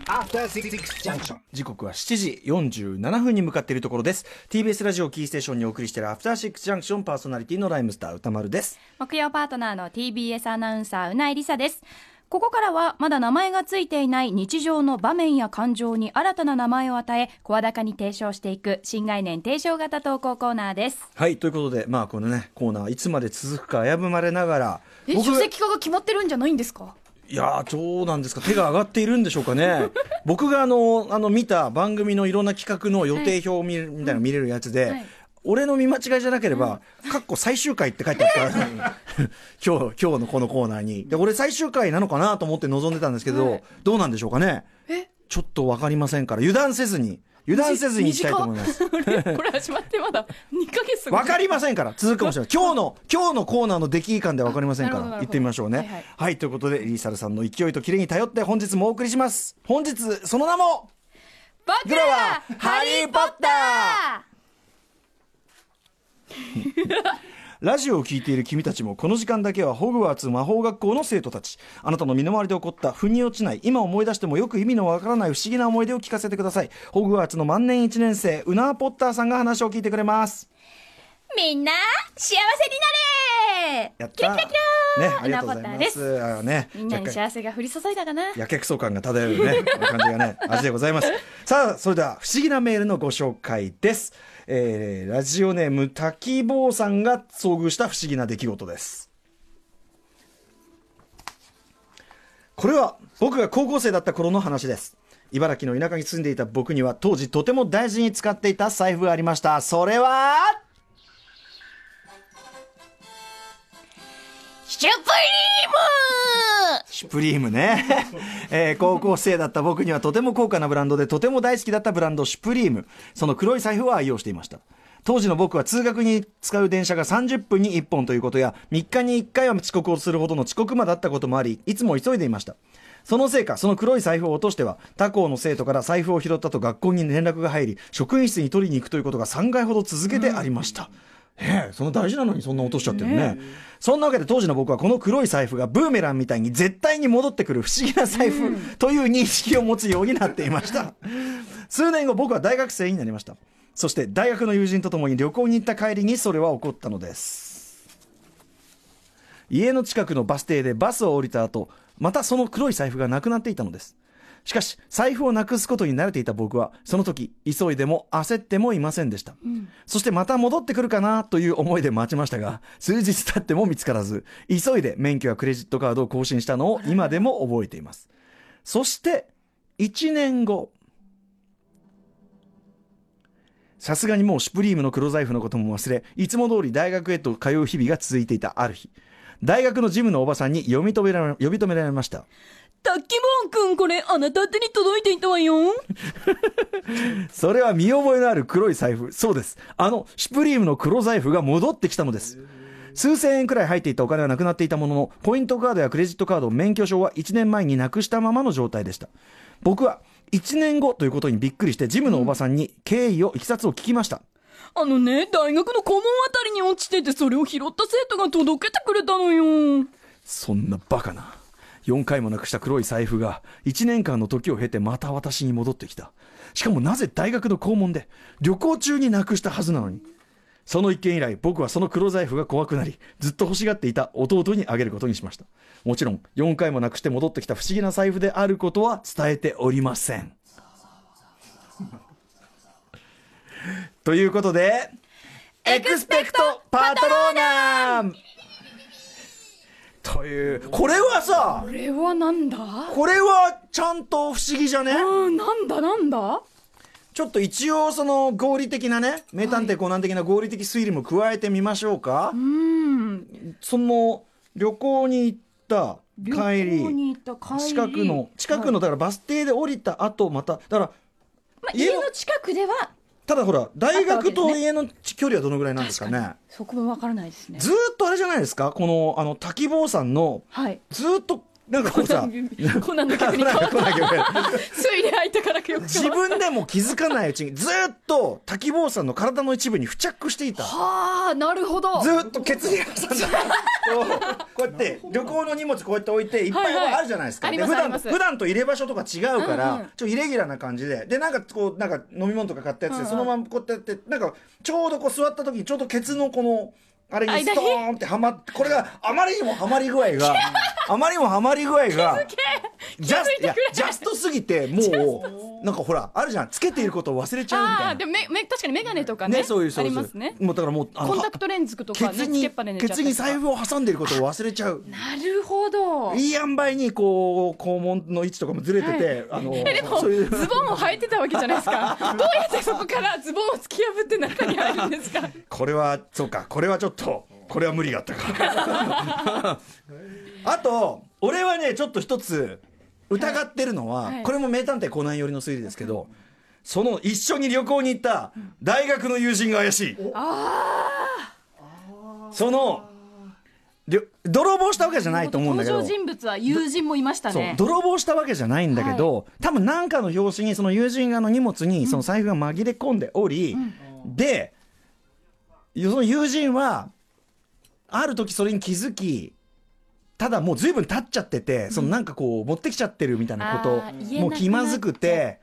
After Six Junction。 時刻は7時47分に向かっているところです。 TBS ラジオキーステーションにお送りしているアフターシックスジャンクション、パーソナリティのライムスター歌丸です。 木曜パートナーの TBS アナウンサーうないりさです。ここからはまだ名前がついていない日常の場面や感情に新たな名前を与え声高に提唱していく新概念提唱型投稿コーナーです。 はい、ということで、このねコーナーいつまで続くか危ぶまれながら、 書籍化が決まってるんじゃないんですか？ いやー、どうなんですか、手が上がっているんでしょうかね僕が見た番組のいろんな企画の予定表を見る、みたいなの見れるやつで、俺の見間違いじゃなければ、かっこ最終回って書いてあった今日のこのコーナーに。で、俺最終回なのかなと思って臨んでたんですけど、どうなんでしょうかね。ちょっとわかりませんから、油断せずにいきたいと思いますこれ始まってまだ2ヶ月わかりませんから、続くかもしれない。今日のコーナーの出来感でわかりませんから、行ってみましょうね。はい、ということでリーサルさんの勢いとキレに頼って本日もお送りします。本日その名も僕らはハリーポッターラジオを聞いている君たちもこの時間だけはホグワーツ魔法学校の生徒たち、あなたの身の回りで起こった腑に落ちない、今思い出してもよく意味のわからない不思議な思い出を聞かせてください。ホグワーツの万年1年生ウナー・ポッターさんが話を聞いてくれます。 みんな幸せになれ。 やったキラキラキラー、 ね、ありがとうございます。ね、 みんなに幸せが降り注いだかな。 やけくそ感が漂うね感じがね味でございます。さあ、それでは不思議なメールのご紹介です。ラジオネーム滝坊さんが遭遇した不思議な出来事です。これは僕が高校生だった頃の話です。茨城の田舎に住んでいた僕には当時とても大事に使っていた財布がありました。それはシュプリーム。 シュプリームね、高校生だった僕にはとても高価なブランドでとても大好きだったブランドシュプリーム、その黒い財布を愛用していました。当時の僕は通学に使う電車が30分に1本ということや3日に1回は遅刻をするほどの遅刻魔だったこともあり、いつも急いでいました。そのせいか、その黒い財布を落としては他校の生徒から財布を拾ったと学校に連絡が入り、職員室に取りに行くということが3回ほど続けてありました。その大事なのにそんな落としちゃってるね。そんなわけで当時の僕はこの黒い財布がブーメランみたいに絶対に戻ってくる不思議な財布という認識を持つようになっていました数年後、僕は大学生になりました。そして大学の友人と共に旅行に行った帰りにそれは起こったのです。家の近くのバス停でバスを降りた後、またその黒い財布がなくなっていたのです。しかし財布をなくすことに慣れていた僕はその時急いでも焦ってもいませんでした、そしてまた戻ってくるかなという思いで待ちましたが、数日経っても見つからず、急いで免許やクレジットカードを更新したのを今でも覚えています。そして1年後、さすがにもうシュプリームの黒財布のことも忘れ、いつも通り大学へと通う日々が続いていたある日、大学のジムのおばさんに呼び止められました。 タッキモン君、これあなた宛てに届いていたわよそれは見覚えのある黒い財布。そうです、シュプリームの黒財布が戻ってきたのです。数千円くらい入っていたお金はなくなっていたものの、ポイントカードやクレジットカード、免許証は1年前になくしたままの状態でした。僕は1年後ということにびっくりしてジムのおばさんに経緯をいきさつを聞きました。 大学の顧問あたりに落ちてて、それを拾った生徒が届けてくれたのよ。 そんなバカな。4回もなくした黒い財布が1年間の時を経てまた私に戻ってきた。しかもなぜ大学の校門で旅行中になくしたはずなのに。その一件以来、僕はその黒財布が怖くなり、ずっと欲しがっていた弟にあげることにしました。もちろん4回もなくして戻ってきた不思議な財布であることは伝えておりませんということで、エクスペクトパトローナムという、これはさ、 これはなんだ？ これはちゃんと不思議じゃね？ なんだちょっと一応その合理的なね、名探偵コナン的な合理的推理も加えてみましょうか。その旅行に行った帰り、近くのだからバス停で降りた後、まただから、 家の近くでは、 ただほら大学と家の距離はどのぐらいなんですかね。 そこもわからないですね。 ずっとあれじゃないですか、この滝坊さんの、ずっとなんかこうさコナンの曲に変わったコナンの曲推理入ったから曲自分でも気づかないうちにずっと滝坊さんの体の一部に付着していた。 はあ、なるほど。 ずっとケツに挟んだこうやって旅行の荷物こうやって置いていっぱいあるじゃないですか、 はいはい、 であります普段と入れ場所とか違うから、 うんうん、 ちょっとイレギュラーな感じでなんかこうなんか飲み物とか買ったやつで、そのままこうやってなんかちょうどこう座った時にちょうどケツのこのあれにストーンってはまって、これがあまりにもはまり具合がジャストすぎて、もうなんかほらあるじゃん、つけていることを忘れちゃうみたいな。 でも確かにメガネとかね、 そういうありますね。 もうだからもうコンタクトレンズとかね、つけっぱで寝ちゃったケツに財布を挟んでいることを忘れちゃう。 なるほど。 いい塩梅にこう肛門の位置とかもずれてて、 でもズボンを履いてたわけじゃないですか。どうやってそこからズボンを突き破って中に入るんですか。 これはそうか、これはちょっとこれは無理があったかあと俺はねちょっと一つ疑ってるのは、 はい、 これも名探偵コナン寄りの推理ですけど、その一緒に旅行に行った大学の友人が怪しい。その泥棒したわけじゃないと思うんだけど、 登場人物は友人もいましたね。 そう泥棒したわけじゃないんだけど、多分何かの拍子にその友人がの荷物にその財布が紛れ込んでおり、でその友人はある時それに気づき、ただもう随分経っちゃってて、そのなんかこう持ってきちゃってるみたいなこともう気まずくて、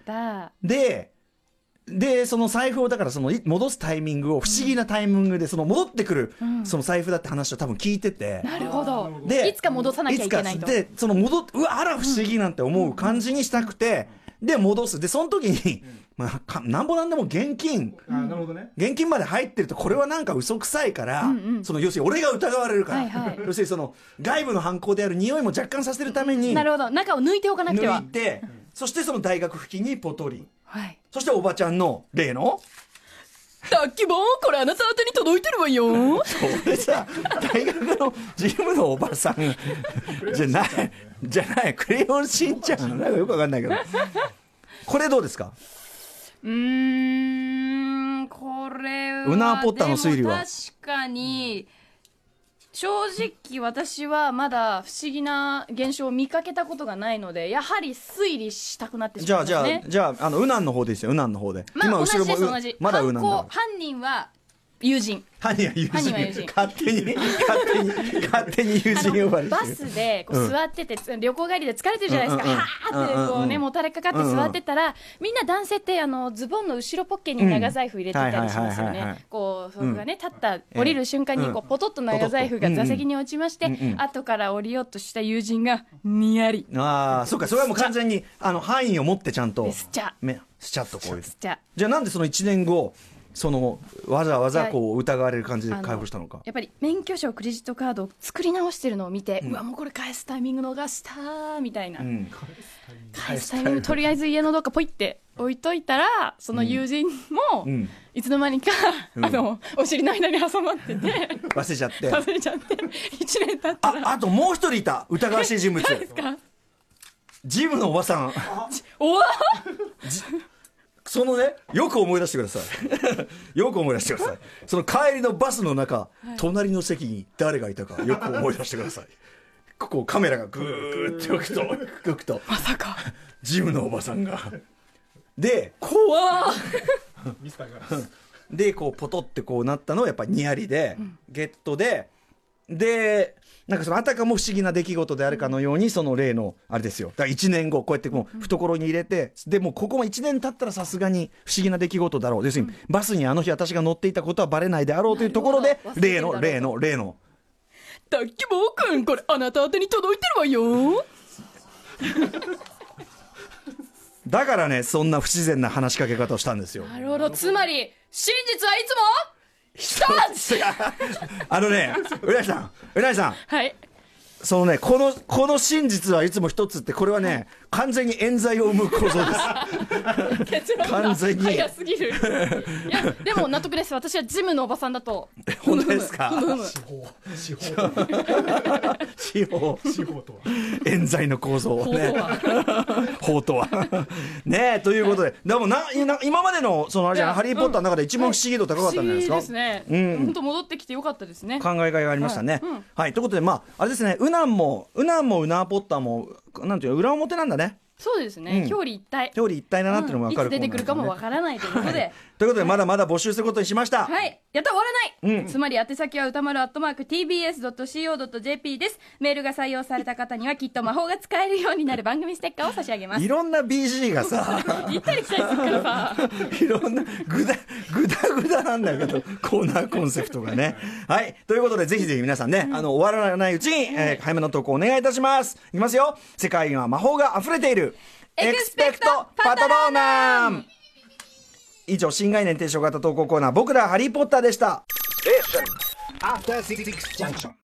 でその財布をだからその戻すタイミングを不思議なタイミングでその戻ってくるその財布だって話を多分聞いてて、 なるほど。 でいつか戻さなきゃいけないと。 でそのうわあら不思議なんて思う感じにしたくて、で戻す。でその時に、なんぼなんでも現金、 なるほどね、 現金まで入ってるとこれはなんか嘘くさいから、その要するに俺が疑われるから、要するにその外部の犯行である匂いも若干させるために、 なるほど、中を抜いておかなくては。 抜いて、そしてその大学付近にポトリ、そしておばちゃんの例のタッキボーン、これあなた宛てに届いてるわよ。 それさ、大学の事務のおばさんじゃないクレヨンしんちゃんなんかよくわかんないけどこれどうですか。 これはウナーポッターの推理は確かに正直私はまだ不思議な現象を見かけたことがないので、やはり推理したくなってしまいますね。 じゃあウナンの方でいいですよ。ウナンの方で、今後ろも同じまだウナンだ。 犯人は友人。 犯人は友人。勝手に友人呼ばれてる。 バスでこう座ってて、旅行帰りで疲れてるじゃないですか。はーってこうねもたれかかって座ってたら、みんな男性ってズボンの後ろポッケに長財布入れてたりしますよね。こうそれがね降りる瞬間にこうポトッと長財布が座席に落ちまして、後から降りようとした友人がにやり。 ああ、そうか、それはもう完全に範囲を持ってちゃんとスチャっとこういう。 じゃあなんでその1年後そのわざわざこう疑われる感じで解放したのか。 やっぱり免許証クレジットカードを作り直してるのを見て、うわもうこれ返すタイミング逃したみたいな、返すタイミングとりあえず家のどっかポイって置いといたら、その友人もいつの間にか、お尻の間に挟まってて忘れちゃって 1年経ったらあともう一人いた疑わしい人物。 誰ですか。 ジムのおばさん。 おわそのね、よく思い出してくださいよく思い出してください。その帰りのバスの中、隣の席に誰がいたかよく思い出してください。ここカメラがグーって動くとまさかジムのおばさんがで怖ミスターガラスでこうポトってこうなったのはやっぱりニヤリで、ゲットでなんかそのあたかも不思議な出来事であるかのように、その例のあれですよ。だから1年後こうやってもう懐に入れて、でもうここも1年経ったらさすがに不思議な出来事だろう。要するにバスにあの日私が乗っていたことはバレないであろうというところで、例のタッキボー君、これあなた宛てに届いてるわよだからね、そんな不自然な話しかけ方をしたんですよ。 なるほど。つまり真実はいつも一つうなぎさん、 はい、 そのね、この真実はいつも一つって、これはね、完全に冤罪を生む構造です結論が早すぎるいやでも納得です。私はジムのおばさんだと。 本当ですか。 司法とは冤罪の構造をね法とはねえということで、でも今までのそのあれじゃないハリー・ポッターの中で一番不思議度高かったんじゃないですか。 不思議ですね。本当戻ってきてよかったですね。 考えがいがありましたね。はい、ということで、まああれですね、ウナンもウナーポッターもなんていうの裏表なんだね。 そうですね、表裏一体だなっていうのが分かる、 いつ出てくるかもわからないということで、 ということでまだまだ募集することにしました。 はい、やった終わらない、つまり宛先は歌丸@tbs.co.jp です。メールが採用された方にはきっと魔法が使えるようになる番組ステッカーを差し上げます。 いろんな BG がさ行ったり来たりするからさいろんなグダグダなんだけどコーナーコンセプトがねはい、ということでぜひぜひ皆さんね、終わらないうちに、早めの投稿お願いいたします。いきますよ。世界には魔法が溢れているエクスペクトパトローナム。以上、新概念提唱型投稿コーナー僕らハリーポッターでした。 After 66 junction.